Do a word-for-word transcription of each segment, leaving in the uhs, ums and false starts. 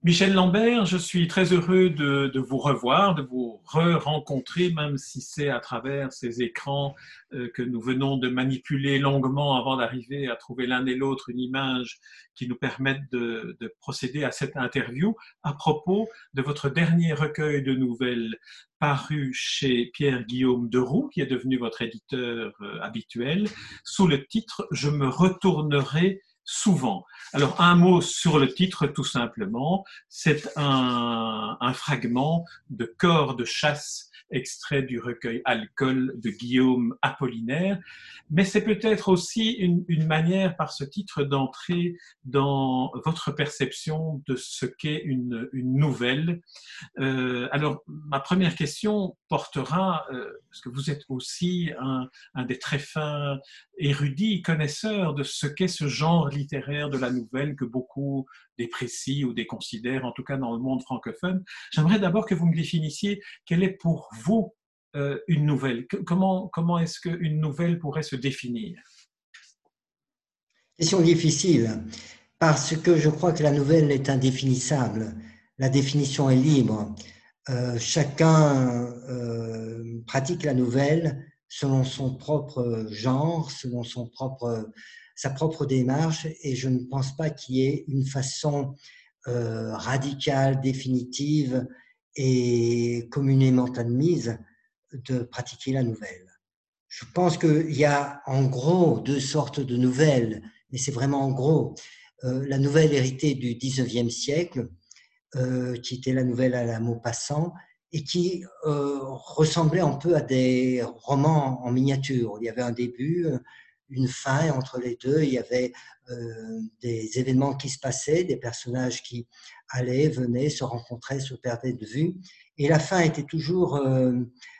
Michel Lambert, je suis très heureux de, de vous revoir, de vous re-rencontrer, même si c'est à travers ces écrans euh, que nous venons de manipuler longuement avant d'arriver à trouver l'un et l'autre une image qui nous permette de, de procéder à cette interview à propos de votre dernier recueil de nouvelles paru chez Pierre-Guillaume Deroux, qui est devenu votre éditeur euh, habituel, sous le titre « Je me retournerai souvent ». Alors, un mot sur le titre, tout simplement. C'est un, un fragment de Corps de chasse, extrait du recueil Alcool de Guillaume Apollinaire. Mais c'est peut-être aussi une, une manière, par ce titre, d'entrer dans votre perception de ce qu'est une, une nouvelle. Euh, alors, ma première question portera, euh, parce que vous êtes aussi un, un des très fins érudits, connaisseurs de ce qu'est ce genre littéraire de la nouvelle que beaucoup déprécient ou déconsidèrent, en tout cas dans le monde francophone. J'aimerais d'abord que vous me définissiez quelle est pour vous euh, une nouvelle. Comment, comment est-ce qu'une nouvelle pourrait se définir? Question difficile, parce que je crois que la nouvelle est indéfinissable. La définition est libre. Euh, chacun euh, pratique la nouvelle selon son propre genre, selon son propre, sa propre démarche, et je ne pense pas qu'il y ait une façon euh, radicale, définitive et communément admise de pratiquer la nouvelle. Je pense qu'il y a en gros deux sortes de nouvelles, et c'est vraiment en gros. Euh, la nouvelle héritée du dix-neuvième siècle, euh, qui était la nouvelle à la Maupassant, et qui euh, ressemblait un peu à des romans en miniature. Il y avait un début, une fin, et entre les deux, il y avait euh, des événements qui se passaient, des personnages qui allaient, venaient, se rencontraient, se perdaient de vue. Et la fin était toujours euh,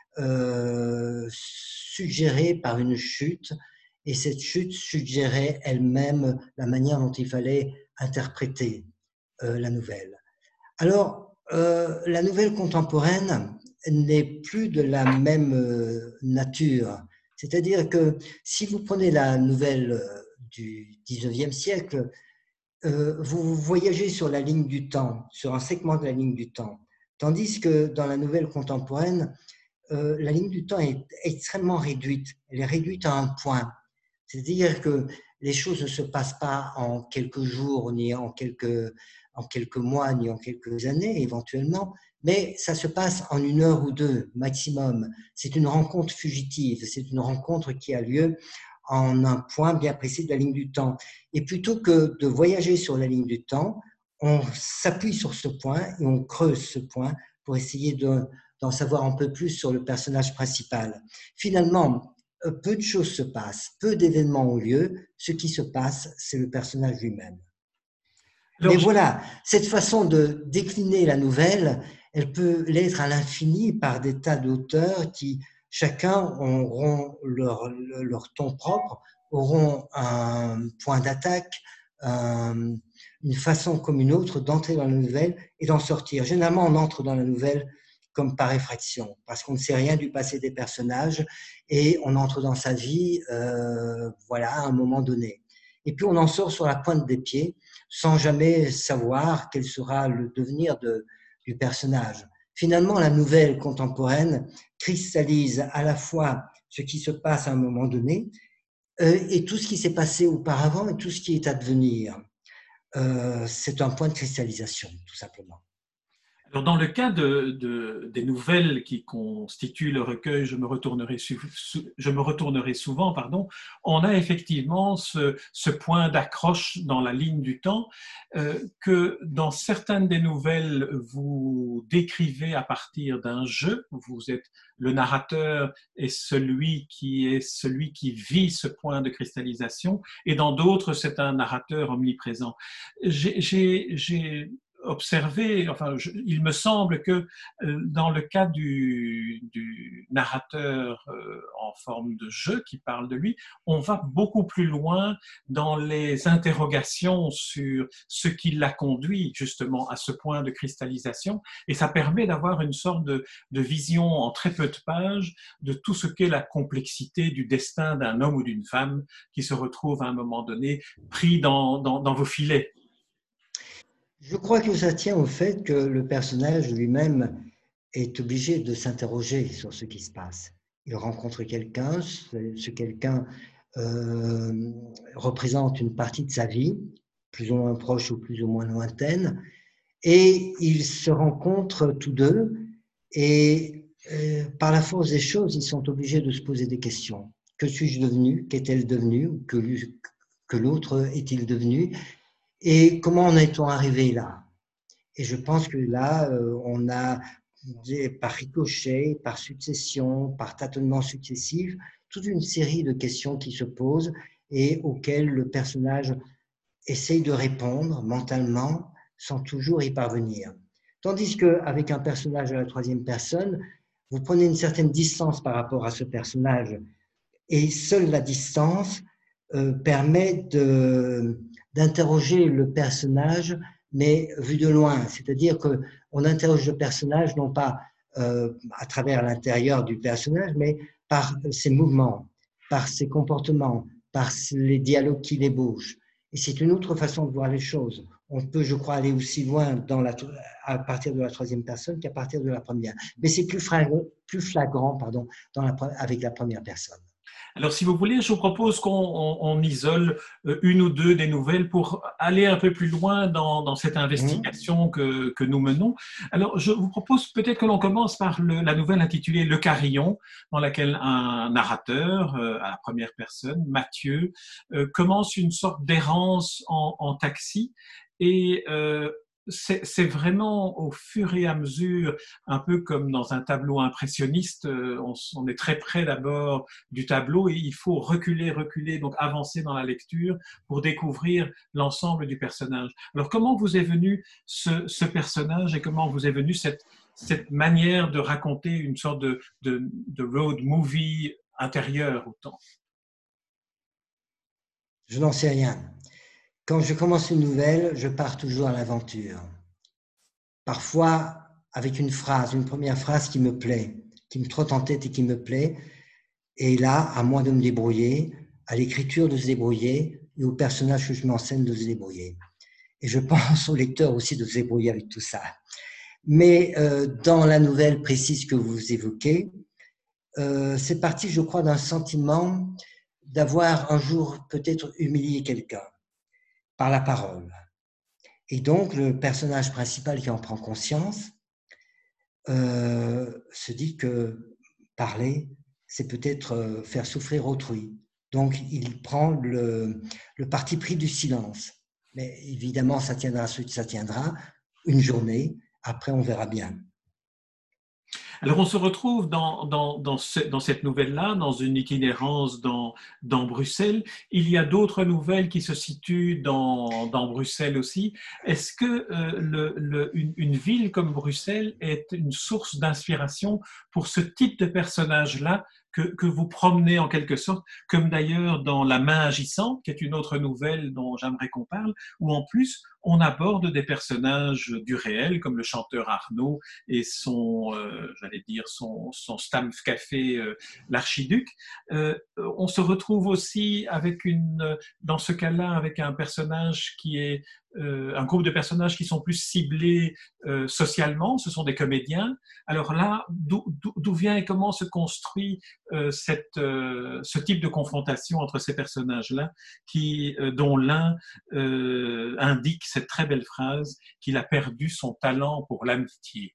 euh, suggérée par une chute, et cette chute suggérait elle-même la manière dont il fallait interpréter euh, la nouvelle. Alors, euh, la nouvelle contemporaine n'est plus de la même euh, nature. C'est-à-dire que si vous prenez la nouvelle euh, du dix-neuvième siècle, euh, vous voyagez sur la ligne du temps, sur un segment de la ligne du temps. Tandis que dans la nouvelle contemporaine, euh, la ligne du temps est extrêmement réduite. Elle est réduite à un point. C'est-à-dire que les choses ne se passent pas en quelques jours, ni en quelques, en quelques mois, ni en quelques années éventuellement, mais ça se passe en une heure ou deux maximum. C'est une rencontre fugitive, c'est une rencontre qui a lieu en un point bien précis de la ligne du temps. Et plutôt que de voyager sur la ligne du temps, on s'appuie sur ce point et on creuse ce point pour essayer de, d'en savoir un peu plus sur le personnage principal. Finalement, peu de choses se passent, peu d'événements ont lieu. Ce qui se passe, c'est le personnage lui-même. Mais Alors, voilà, cette façon de décliner la nouvelle, elle peut l'être à l'infini par des tas d'auteurs qui, chacun, auront leur, leur ton propre, auront un point d'attaque, un, une façon comme une autre d'entrer dans la nouvelle et d'en sortir. Généralement, on entre dans la nouvelle comme par effraction, parce qu'on ne sait rien du passé des personnages et on entre dans sa vie, euh, voilà, à un moment donné. Et puis on en sort sur la pointe des pieds, sans jamais savoir quel sera le devenir de, du personnage. Finalement, la nouvelle contemporaine cristallise à la fois ce qui se passe à un moment donné euh, et tout ce qui s'est passé auparavant et tout ce qui est à devenir. Euh, c'est un point de cristallisation, tout simplement. Alors, dans le cas de, de, des nouvelles qui constituent le recueil Je me retournerai, su, je me retournerai souvent, pardon, on a effectivement ce, ce point d'accroche dans la ligne du temps euh, que dans certaines des nouvelles, vous décrivez à partir d'un jeu. Vous êtes le narrateur et celui qui est celui qui vit ce point de cristallisation, et dans d'autres, c'est un narrateur omniprésent. J'ai observé, enfin, je, il me semble que euh, dans le cas du, du narrateur euh, en forme de jeu qui parle de lui, on va beaucoup plus loin dans les interrogations sur ce qui l'a conduit justement à ce point de cristallisation, et ça permet d'avoir une sorte de, de vision en très peu de pages de tout ce qu'est la complexité du destin d'un homme ou d'une femme qui se retrouve à un moment donné pris dans, dans, dans vos filets. Je crois que ça tient au fait que le personnage lui-même est obligé de s'interroger sur ce qui se passe. Il rencontre quelqu'un, ce, ce quelqu'un euh, représente une partie de sa vie, plus ou moins proche ou plus ou moins lointaine, et ils se rencontrent tous deux, et euh, par la force des choses, ils sont obligés de se poser des questions. Que suis-je devenu? Qu'est-elle devenue? Que, que l'autre est-il devenu? Et comment en est-on arrivé là? Et je pense que là, euh, on a, par ricochet, par succession, par tâtonnement successif, toute une série de questions qui se posent et auxquelles le personnage essaye de répondre mentalement sans toujours y parvenir. Tandis qu'avec un personnage à la troisième personne, vous prenez une certaine distance par rapport à ce personnage et seule la distance euh, permet de, d'interroger le personnage mais vu de loin, c'est-à-dire qu'on interroge le personnage non pas euh, à travers l'intérieur du personnage, mais par ses mouvements, par ses comportements, par les dialogues qu'il ébauche. Et c'est une autre façon de voir les choses. On peut, je crois, aller aussi loin dans la, à partir de la troisième personne qu'à partir de la première. Mais c'est plus flagrant, plus flagrant pardon, dans la, avec la première personne. Alors, si vous voulez, je vous propose qu'on on, on isole une ou deux des nouvelles pour aller un peu plus loin dans, dans cette investigation que, que, nous menons. Alors, je vous propose peut-être que l'on commence par le, la nouvelle intitulée Le Carillon, dans laquelle un narrateur, euh, à la première personne, Mathieu, euh, commence une sorte d'errance en, en taxi et euh, c'est vraiment au fur et à mesure, un peu comme dans un tableau impressionniste, on, on est très près d'abord du tableau et il faut reculer, reculer, donc avancer dans la lecture pour découvrir l'ensemble du personnage. Alors comment vous est venu ce, ce personnage et comment vous est venue cette, cette manière de raconter une sorte de, de, de road movie intérieur autant? Je n'en sais rien. Quand je commence une nouvelle, je pars toujours à l'aventure. Parfois avec une phrase, une première phrase qui me plaît, qui me trotte en tête et qui me plaît. Et là, à moi de me débrouiller, à l'écriture de se débrouiller et au personnage que je m'enseigne de se débrouiller. Et je pense au lecteur aussi de se débrouiller avec tout ça. Mais euh, dans la nouvelle précise que vous évoquez, euh, c'est parti, je crois, d'un sentiment d'avoir un jour peut-être humilié quelqu'un par la parole. Et donc, le personnage principal qui en prend conscience euh, se dit que parler, c'est peut-être faire souffrir autrui. Donc, il prend le, le parti pris du silence. Mais évidemment, ça tiendra ce que ça tiendra, une journée, après on verra bien. Alors on se retrouve dans, dans, dans, ce, dans cette nouvelle-là, dans une itinérance dans, dans Bruxelles. Il y a d'autres nouvelles qui se situent dans, dans Bruxelles aussi. Est-ce que euh, le, le, une, une ville comme Bruxelles est une source d'inspiration pour ce type de personnage-là que, que vous promenez en quelque sorte, comme d'ailleurs dans La main agissante, qui est une autre nouvelle dont j'aimerais qu'on parle, où en plus on aborde des personnages du réel, comme le chanteur Arnaud et son, euh, j'allais dire, son, son Stampf Café, euh, l'archiduc. Euh, on se retrouve aussi avec une, dans ce cas-là, avec un personnage qui est euh, un groupe de personnages qui sont plus ciblés euh, socialement, ce sont des comédiens. Alors là, d'où vient et comment se construit euh, cette, euh, ce type de confrontation entre ces personnages-là, qui, euh, dont l'un euh, indique cette très belle phrase qu'il a perdu son talent pour l'amitié.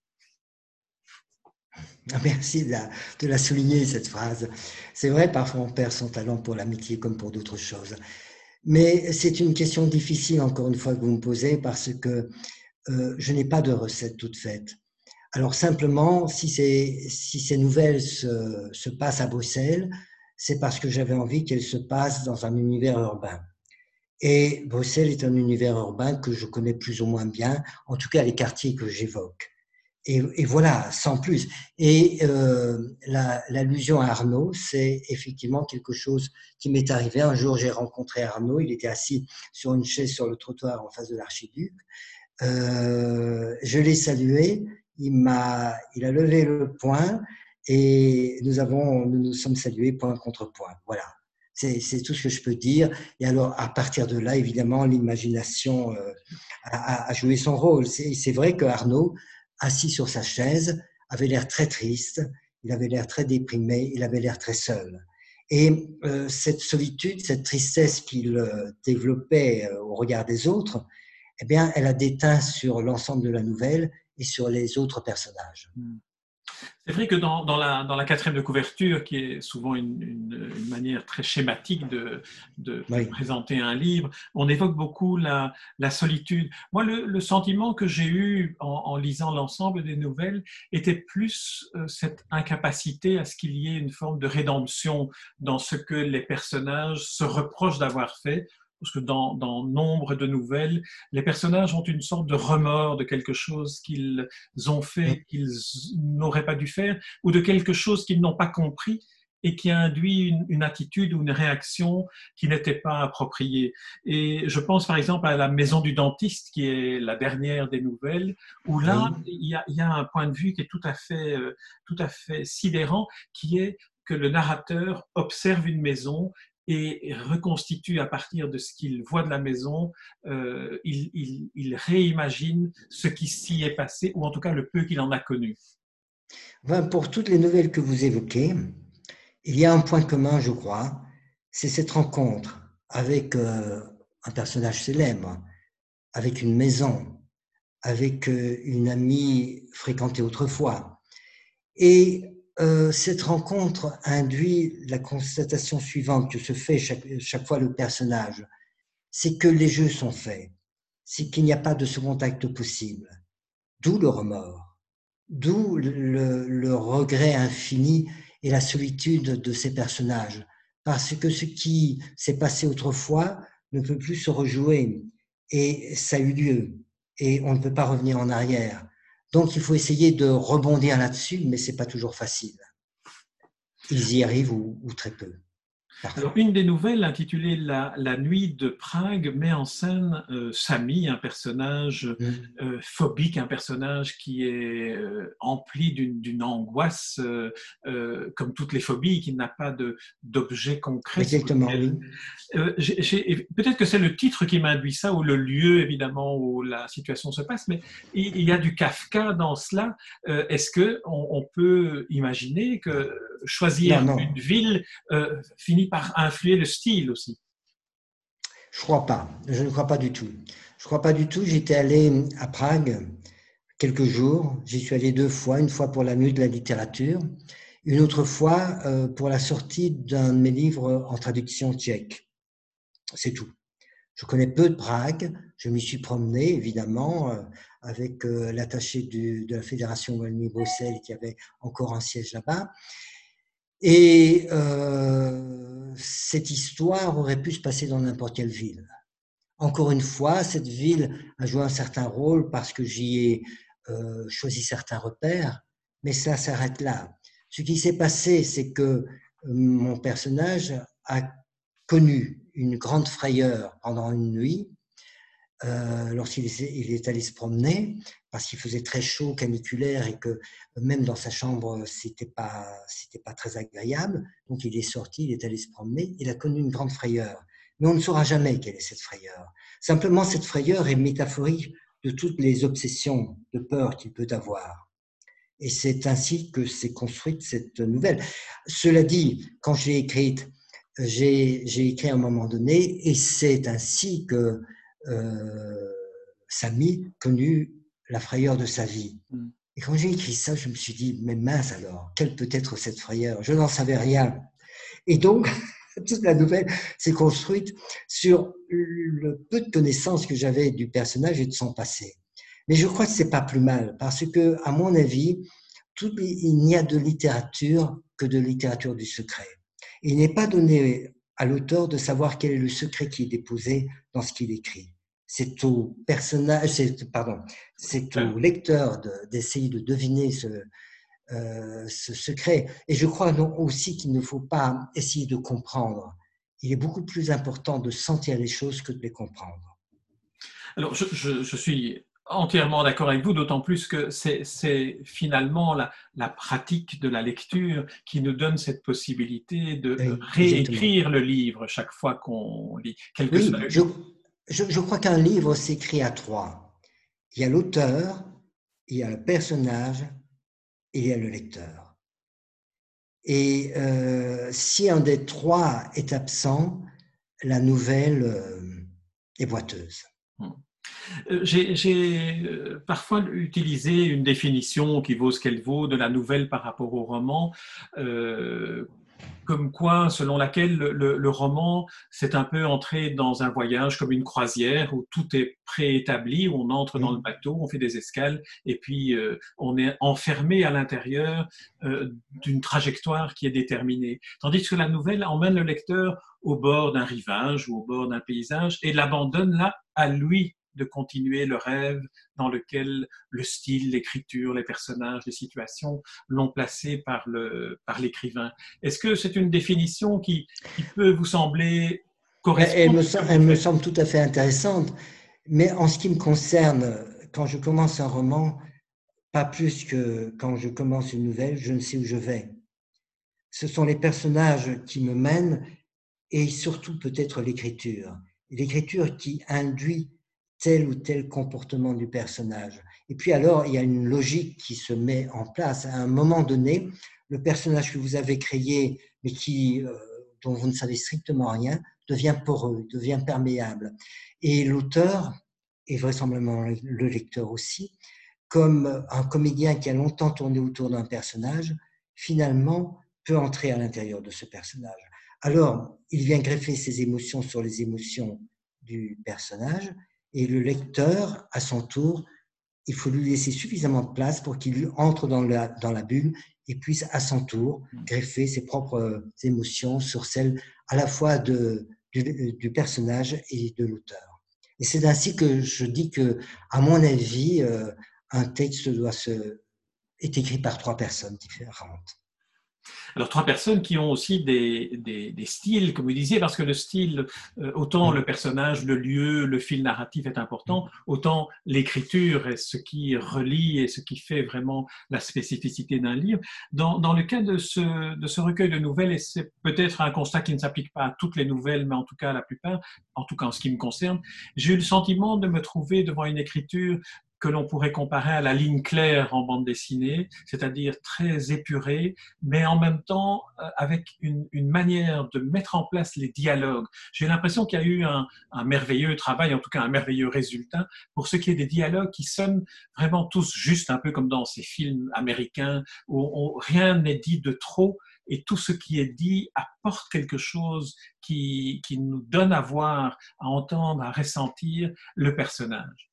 Merci de la, de la souligner, cette phrase. C'est vrai, parfois on perd son talent pour l'amitié comme pour d'autres choses. Mais c'est une question difficile, encore une fois, que vous me posez, parce que euh, je n'ai pas de recette toute faite. Alors simplement, si ces, si ces nouvelles se, se passent à Bruxelles, c'est parce que j'avais envie qu'elles se passent dans un univers urbain. Et Bruxelles est un univers urbain que je connais plus ou moins bien, en tout cas les quartiers que j'évoque. Et, et voilà, sans plus. Et euh, l'allusion à Arnaud, c'est effectivement quelque chose qui m'est arrivé. Un jour, j'ai rencontré Arnaud, il était assis sur une chaise sur le trottoir en face de l'archiduc. Euh, je l'ai salué, il m'a, il a levé le poing et nous avons, nous nous sommes salués point contre point. Voilà. C'est, c'est tout ce que je peux dire. Et alors, à partir de là, évidemment, l'imagination euh, a, a joué son rôle. C'est, c'est vrai que Arnaud, assis sur sa chaise, avait l'air très triste, il avait l'air très déprimé, il avait l'air très seul. Et euh, cette solitude, cette tristesse qu'il euh, développait euh, au regard des autres, eh bien, elle a déteint sur l'ensemble de la nouvelle et sur les autres personnages. C'est vrai que dans, dans, la, dans la quatrième de couverture, qui est souvent une, une, une manière très schématique de, de, de Oui. présenter un livre, on évoque beaucoup la, la solitude. Moi, le, le sentiment que j'ai eu en, en lisant l'ensemble des nouvelles était plus euh, cette incapacité à ce qu'il y ait une forme de rédemption dans ce que les personnages se reprochent d'avoir fait. Parce que dans, dans nombre de nouvelles, les personnages ont une sorte de remords de quelque chose qu'ils ont fait, qu'ils n'auraient pas dû faire, ou de quelque chose qu'ils n'ont pas compris et qui a induit une, une attitude ou une réaction qui n'était pas appropriée. Et je pense par exemple à la maison du dentiste, qui est la dernière des nouvelles, où là, Oui. il y a, il y a un point de vue qui est tout à fait, euh, tout à fait sidérant, qui est que le narrateur observe une maison et reconstitue à partir de ce qu'il voit de la maison, euh, il, il, il réimagine ce qui s'y est passé, ou en tout cas le peu qu'il en a connu. Enfin, pour toutes les nouvelles que vous évoquez, il y a un point commun, je crois, c'est cette rencontre avec euh, un personnage célèbre, avec une maison, avec euh, une amie fréquentée autrefois. Et euh, cette rencontre induit la constatation suivante que se fait chaque, chaque fois le personnage, c'est que les jeux sont faits, c'est qu'il n'y a pas de second acte possible, d'où le remords, d'où le, le regret infini et la solitude de ces personnages, parce que ce qui s'est passé autrefois ne peut plus se rejouer, et ça a eu lieu, et on ne peut pas revenir en arrière. Donc il faut essayer de rebondir là-dessus, mais ce n'est pas toujours facile. Ils y arrivent ou, ou très peu. Alors, Parfois. une des nouvelles intitulée La, la nuit de Prague met en scène euh, Samy, un personnage Mmh. euh, phobique, un personnage qui est euh, empli d'une, d'une angoisse, euh, euh, comme toutes les phobies, qui n'a pas de, d'objet concret sur Exactement, lequel oui. euh, j'ai, j'ai, peut-être que c'est le titre qui m'induit ça, ou le lieu, évidemment, où la situation se passe, mais il, il y a du Kafka dans cela. Euh, est-ce qu'on on peut imaginer que Non, choisir non, une ville euh, finit par influer le style aussi? je ne crois pas. Je ne crois pas du tout. Je ne crois pas du tout. J'étais allé à Prague quelques jours. J'y suis allé deux fois. Une fois pour la nuit de la littérature, une autre fois euh, pour la sortie d'un de mes livres en traduction tchèque. C'est tout. Je connais peu de Prague. Je m'y suis promené, évidemment, euh, avec euh, l'attaché du, de la Fédération Wallonie-Bruxelles qui avait encore un siège là-bas. Et euh, cette histoire aurait pu se passer dans n'importe quelle ville. Encore une fois, cette ville a joué un certain rôle parce que j'y ai euh, choisi certains repères, mais ça s'arrête là. Ce qui s'est passé, c'est que euh, mon personnage a connu une grande frayeur pendant une nuit euh, lorsqu'il est, il est allé se promener, parce qu'il faisait très chaud, caniculaire, et que même dans sa chambre, c'était pas, c'était pas très agréable. Donc il est sorti, il est allé se promener, il a connu une grande frayeur. Mais on ne saura jamais quelle est cette frayeur. Simplement, cette frayeur est métaphorique de toutes les obsessions de peur qu'il peut avoir. Et c'est ainsi que s'est construite cette nouvelle. Cela dit, quand je l'ai écrite, j'ai, j'ai écrit à un moment donné, et c'est ainsi que euh, Samy connut la frayeur de sa vie. Mm. Et quand j'ai écrit ça, je me suis dit, mais mince alors, quelle peut être cette frayeur? Je n'en savais rien. Et donc, toute la nouvelle s'est construite sur le peu de connaissances que j'avais du personnage et de son passé. Mais je crois que c'est pas plus mal, parce que, à mon avis, tout, il n'y a de littérature que de littérature du secret. Il n'est pas donné à l'auteur de savoir quel est le secret qui est déposé dans ce qu'il écrit. C'est au personnage, c'est, pardon, c'est au lecteur de, d'essayer de deviner ce, euh, ce secret. Et je crois non, aussi qu'il ne faut pas essayer de comprendre. Il est beaucoup plus important de sentir les choses que de les comprendre. Alors, je, je, je suis entièrement d'accord avec vous, d'autant plus que c'est, c'est finalement la, la pratique de la lecture qui nous donne cette possibilité de Oui, exactement. réécrire le livre chaque fois qu'on lit, quel que soit Oui, le je, livre. je, je crois qu'un livre s'écrit à trois. Il y a l'auteur, il y a le personnage et il y a le lecteur. Et euh, si un des trois est absent, la nouvelle euh, est boiteuse. J'ai, j'ai parfois utilisé une définition qui vaut ce qu'elle vaut de la nouvelle par rapport au roman, euh, comme quoi, selon laquelle le, le, le roman, c'est un peu entrer dans un voyage comme une croisière où tout est préétabli, où on entre dans le Oui, bateau, on fait des escales et puis euh, on est enfermé à l'intérieur euh, d'une trajectoire qui est déterminée. Tandis que la nouvelle emmène le lecteur au bord d'un rivage ou au bord d'un paysage et l'abandonne là à lui de continuer le rêve dans lequel le style, l'écriture, les personnages, les situations l'ont placé par le, par l'écrivain. Est-ce que c'est une définition qui, qui peut vous sembler mais elle correspondre me, à ce que elle vous me faites? semble tout à fait intéressante. Mais en ce qui me concerne, quand je commence un roman, pas plus que quand je commence une nouvelle, je ne sais où je vais. Ce sont les personnages qui me mènent et surtout peut-être l'écriture. L'écriture qui induit tel ou tel comportement du personnage. Et puis alors, il y a une logique qui se met en place. À un moment donné, le personnage que vous avez créé, mais qui, euh, dont vous ne savez strictement rien, devient poreux, devient perméable. Et l'auteur, et vraisemblablement le lecteur aussi, comme un comédien qui a longtemps tourné autour d'un personnage, finalement peut entrer à l'intérieur de ce personnage. Alors, il vient greffer ses émotions sur les émotions du personnage et le lecteur, à son tour, il faut lui laisser suffisamment de place pour qu'il entre dans la, dans la bulle et puisse, à son tour, greffer ses propres émotions sur celles à la fois de, du, du personnage et de l'auteur. Et c'est ainsi que je dis que, à mon avis, euh, un texte doit se, est écrit par trois personnes différentes. Alors, trois personnes qui ont aussi des, des, des styles, comme vous disiez, parce que le style, euh, autant le personnage, le lieu, le fil narratif est important, autant l'écriture est ce qui relie et ce qui fait vraiment la spécificité d'un livre. Dans, dans le cas de ce, de ce recueil de nouvelles, et c'est peut-être un constat qui ne s'applique pas à toutes les nouvelles, mais en tout cas à la plupart, en tout cas en ce qui me concerne, j'ai eu le sentiment de me trouver devant une écriture que l'on pourrait comparer à la ligne claire en bande dessinée, c'est-à-dire très épurée, mais en même temps euh, avec une, une manière de mettre en place les dialogues. J'ai l'impression qu'il y a eu un, un merveilleux travail, en tout cas un merveilleux résultat, pour ce qui est des dialogues qui sonnent vraiment tous juste, un peu comme dans ces films américains où on, rien n'est dit de trop et tout ce qui est dit apporte quelque chose qui, qui nous donne à voir, à entendre, à ressentir le personnage.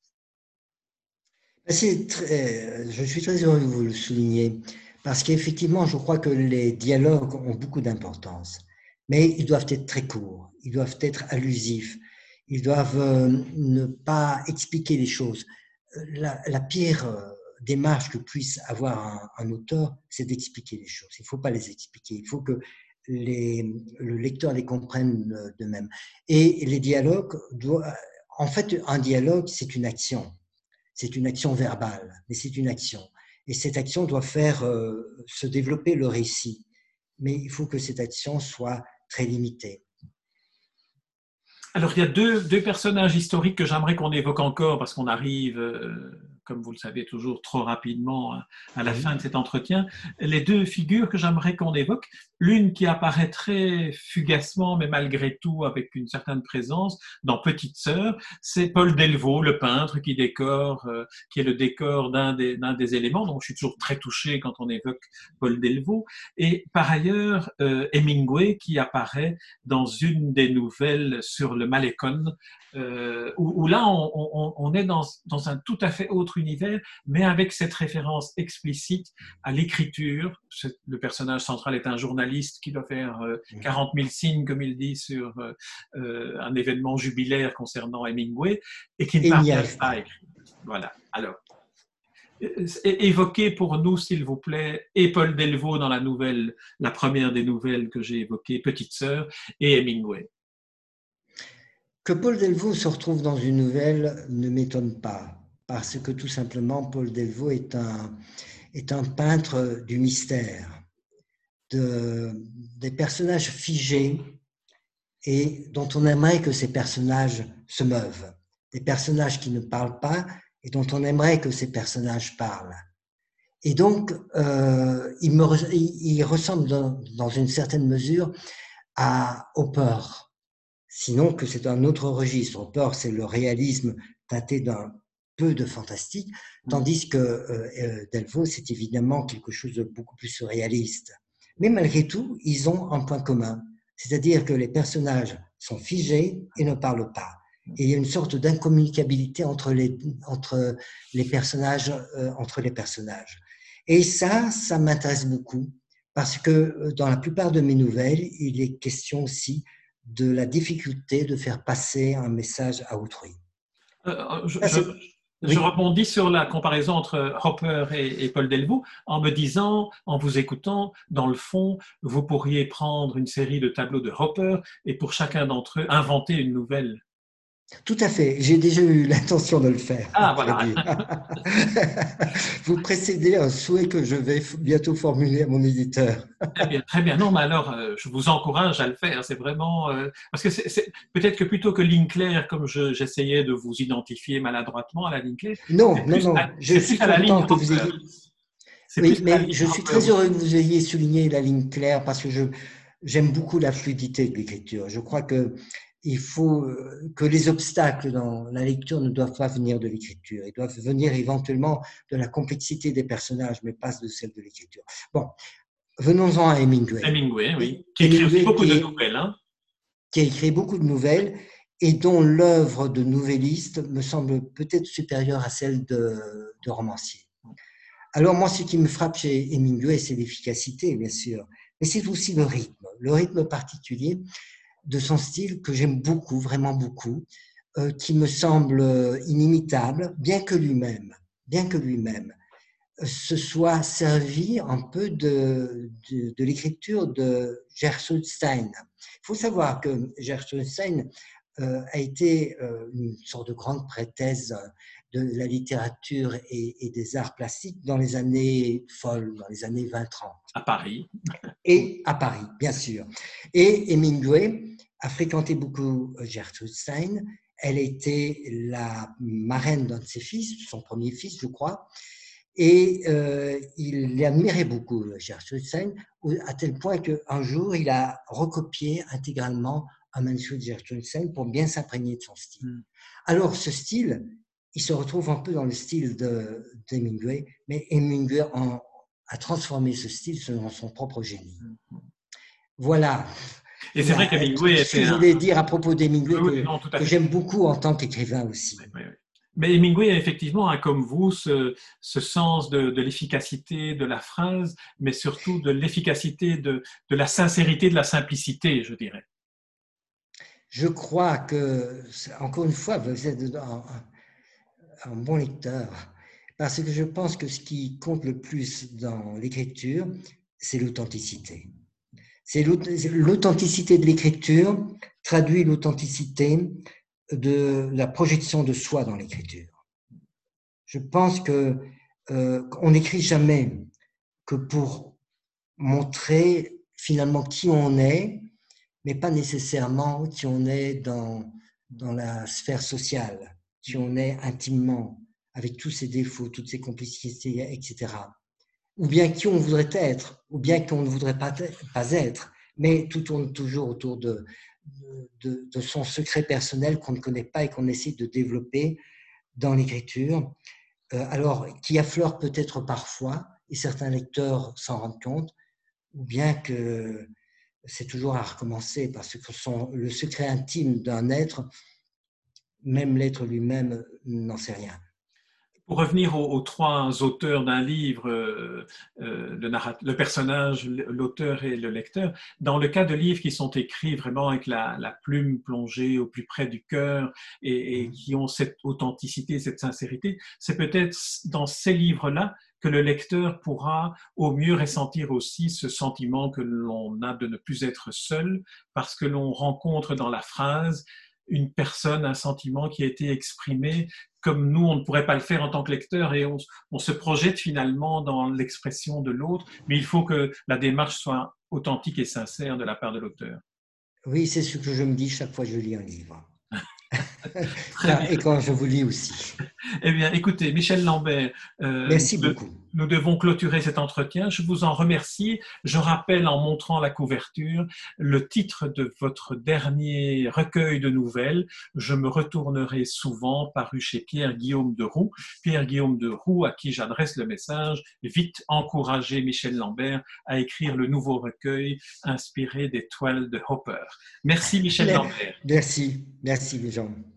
C'est très, je suis très heureux que vous le souligniez, parce qu'effectivement, je crois que les dialogues ont beaucoup d'importance, mais ils doivent être très courts, ils doivent être allusifs, ils doivent euh, ne pas expliquer les choses. La, la pire euh, démarche que puisse avoir un, un auteur, c'est d'expliquer les choses. Il ne faut pas les expliquer, il faut que les, le lecteur les comprenne de même. Et les dialogues, doivent, en fait, un dialogue, c'est une action. C'est une action verbale, mais c'est une action. Et cette action doit faire euh, se développer le récit. Mais il faut que cette action soit très limitée. Alors, il y a deux, deux personnages historiques que j'aimerais qu'on évoque encore parce qu'on arrive, euh, comme vous le savez toujours, trop rapidement à, à la fin Oui. de cet entretien. Les deux figures que j'aimerais qu'on évoque, l'une qui apparaît très fugacement, mais malgré tout avec une certaine présence dans Petite Sœur, c'est Paul Delvaux, le peintre qui décore, euh, qui est le décor d'un des, d'un des éléments. Donc, je suis toujours très touché quand on évoque Paul Delvaux. Et par ailleurs, euh, Hemingway qui apparaît dans une des nouvelles sur le Malécon, euh, où, où, là, on, on, on est dans, dans, un tout à fait autre univers, mais avec cette référence explicite à l'écriture. Le personnage central est un journaliste qui doit faire euh, quarante mille signes, comme il dit, sur euh, un événement jubilaire concernant Hemingway, et qui ne Et il n'y parvient arrive pas à pas. écrire. Voilà. Alors, évoquez pour nous, s'il vous plaît, et Paul Delvaux dans la nouvelle, la première des nouvelles que j'ai évoquées, Petite Sœur, et Hemingway. Que Paul Delvaux se retrouve dans une nouvelle ne m'étonne pas, parce que tout simplement, Paul Delvaux est un, est un peintre du mystère, de, des personnages figés et dont on aimerait que ces personnages se meuvent, des personnages qui ne parlent pas et dont on aimerait que ces personnages parlent. Et donc, euh, il, me, il ressemble dans, dans une certaine mesure à Hopper, sinon que c'est un autre registre. Hopper, c'est le réalisme teinté d'un peu de fantastique, tandis que euh, Delvaux, c'est évidemment quelque chose de beaucoup plus surréaliste. Mais malgré tout, ils ont un point commun, c'est-à-dire que les personnages sont figés et ne parlent pas. Et il y a une sorte d'incommunicabilité entre les, entre les personnages, euh, entre les personnages. Et ça, ça m'intéresse beaucoup, parce que dans la plupart de mes nouvelles, il est question aussi de la difficulté de faire passer un message à autrui. Euh, je, je, oui. je rebondis sur la comparaison entre Hopper et, et Paul Delvaux en me disant, en vous écoutant, dans le fond, vous pourriez prendre une série de tableaux de Hopper et pour chacun d'entre eux, inventer une nouvelle. Tout à fait. J'ai déjà eu l'intention de le faire. Ah, voilà. Vous précédez un souhait que je vais bientôt formuler à mon éditeur. Très bien, très bien. Non, mais alors, euh, je vous encourage à le faire. C'est vraiment… Euh, parce que c'est peut-être que plutôt que Linkler, comme j'essayais je, de vous identifier maladroitement à la Linkler… Non, non, non. À, je suis content que vous ayez… Oui, mais je suis très heureux que vous ayez souligné la ligne claire parce que je j'aime beaucoup la fluidité de l'écriture. Je crois que il faut que les obstacles dans la lecture ne doivent pas venir de l'écriture. Ils doivent venir éventuellement de la complexité des personnages, mais pas de celle de l'écriture. Bon, venons-en à Hemingway. Hemingway, oui. Qui écrit aussi beaucoup de nouvelles. Hein. Qui a écrit beaucoup de nouvelles et dont l'œuvre de nouvelliste me semble peut-être supérieure à celle de, de romancier. Alors moi, ce qui me frappe chez Hemingway, c'est l'efficacité, bien sûr, mais c'est aussi le rythme, le rythme particulier de son style que j'aime beaucoup, vraiment beaucoup, euh, qui me semble inimitable, bien que lui-même, bien que lui-même se soit servi un peu de, de, de l'écriture de Gertrude Stein. Il faut savoir que Gertrude Stein euh, a été euh, une sorte de grande prêtresse de la littérature et, et des arts plastiques dans les années folles, dans les années vingt trente. À Paris. Et à Paris, bien sûr. Et Hemingway a fréquenté beaucoup Gertrude Stein. Elle était la marraine d'un de ses fils, son premier fils, je crois. Et euh, il admirait beaucoup Gertrude Stein, à tel point qu'un jour, il a recopié intégralement un manuscrit de Gertrude Stein pour bien s'imprégner de son style. Mm. Alors, ce style, il se retrouve un peu dans le style d'Hemingway, mais Hemingway en, a transformé ce style selon son propre génie. Mm. Voilà. Et c'est vrai qu'Hemingway… Ce que je voulais un... dire à propos d'Hemingway, oui, que, que j'aime beaucoup en tant qu'écrivain aussi. Oui, oui, oui. Mais Hemingway, effectivement, a comme vous ce, ce sens de, de l'efficacité de la phrase, mais surtout de l'efficacité, de, de la sincérité, de la simplicité, je dirais. Je crois que, encore une fois, vous êtes un, un bon lecteur, parce que je pense que ce qui compte le plus dans l'écriture, c'est l'authenticité. C'est l'authenticité de l'écriture traduit l'authenticité de la projection de soi dans l'écriture. Je pense que euh, on n'écrit jamais que pour montrer finalement qui on est, mais pas nécessairement qui on est dans, dans la sphère sociale, qui on est intimement, avec tous ses défauts, toutes ses complicités, et cetera. Ou bien qui on voudrait être, ou bien qu'on ne voudrait pas, pas être, mais tout tourne toujours autour de, de, de son secret personnel qu'on ne connaît pas et qu'on essaie de développer dans l'écriture, euh, alors qui affleure peut-être parfois, et certains lecteurs s'en rendent compte, ou bien que c'est toujours à recommencer, parce que son, le secret intime d'un être, même l'être lui-même n'en sait rien. Pour revenir aux, aux trois auteurs d'un livre, euh, euh, le, le personnage, l'auteur et le lecteur, dans le cas de livres qui sont écrits vraiment avec la, la plume plongée au plus près du cœur et, et qui ont cette authenticité, cette sincérité, c'est peut-être dans ces livres-là que le lecteur pourra au mieux ressentir aussi ce sentiment que l'on a de ne plus être seul, parce que l'on rencontre dans la phrase une personne, un sentiment qui a été exprimé comme nous, on ne pourrait pas le faire en tant que lecteur et on, on se projette finalement dans l'expression de l'autre, mais il faut que la démarche soit authentique et sincère de la part de l'auteur. Oui, c'est ce que je me dis chaque fois que je lis un livre. Très bien. Et quand je vous lis aussi. Eh bien, écoutez, Michel Lambert, euh, Merci nous, beaucoup. nous devons clôturer cet entretien. Je vous en remercie. Je rappelle en montrant la couverture le titre de votre dernier recueil de nouvelles. Je me retournerai souvent, paru chez Pierre-Guillaume de Roux. Pierre-Guillaume de Roux, à qui j'adresse le message, vite encourager Michel Lambert à écrire le nouveau recueil inspiré des toiles de Hopper. Merci Michel Lambert. Merci, merci Jean.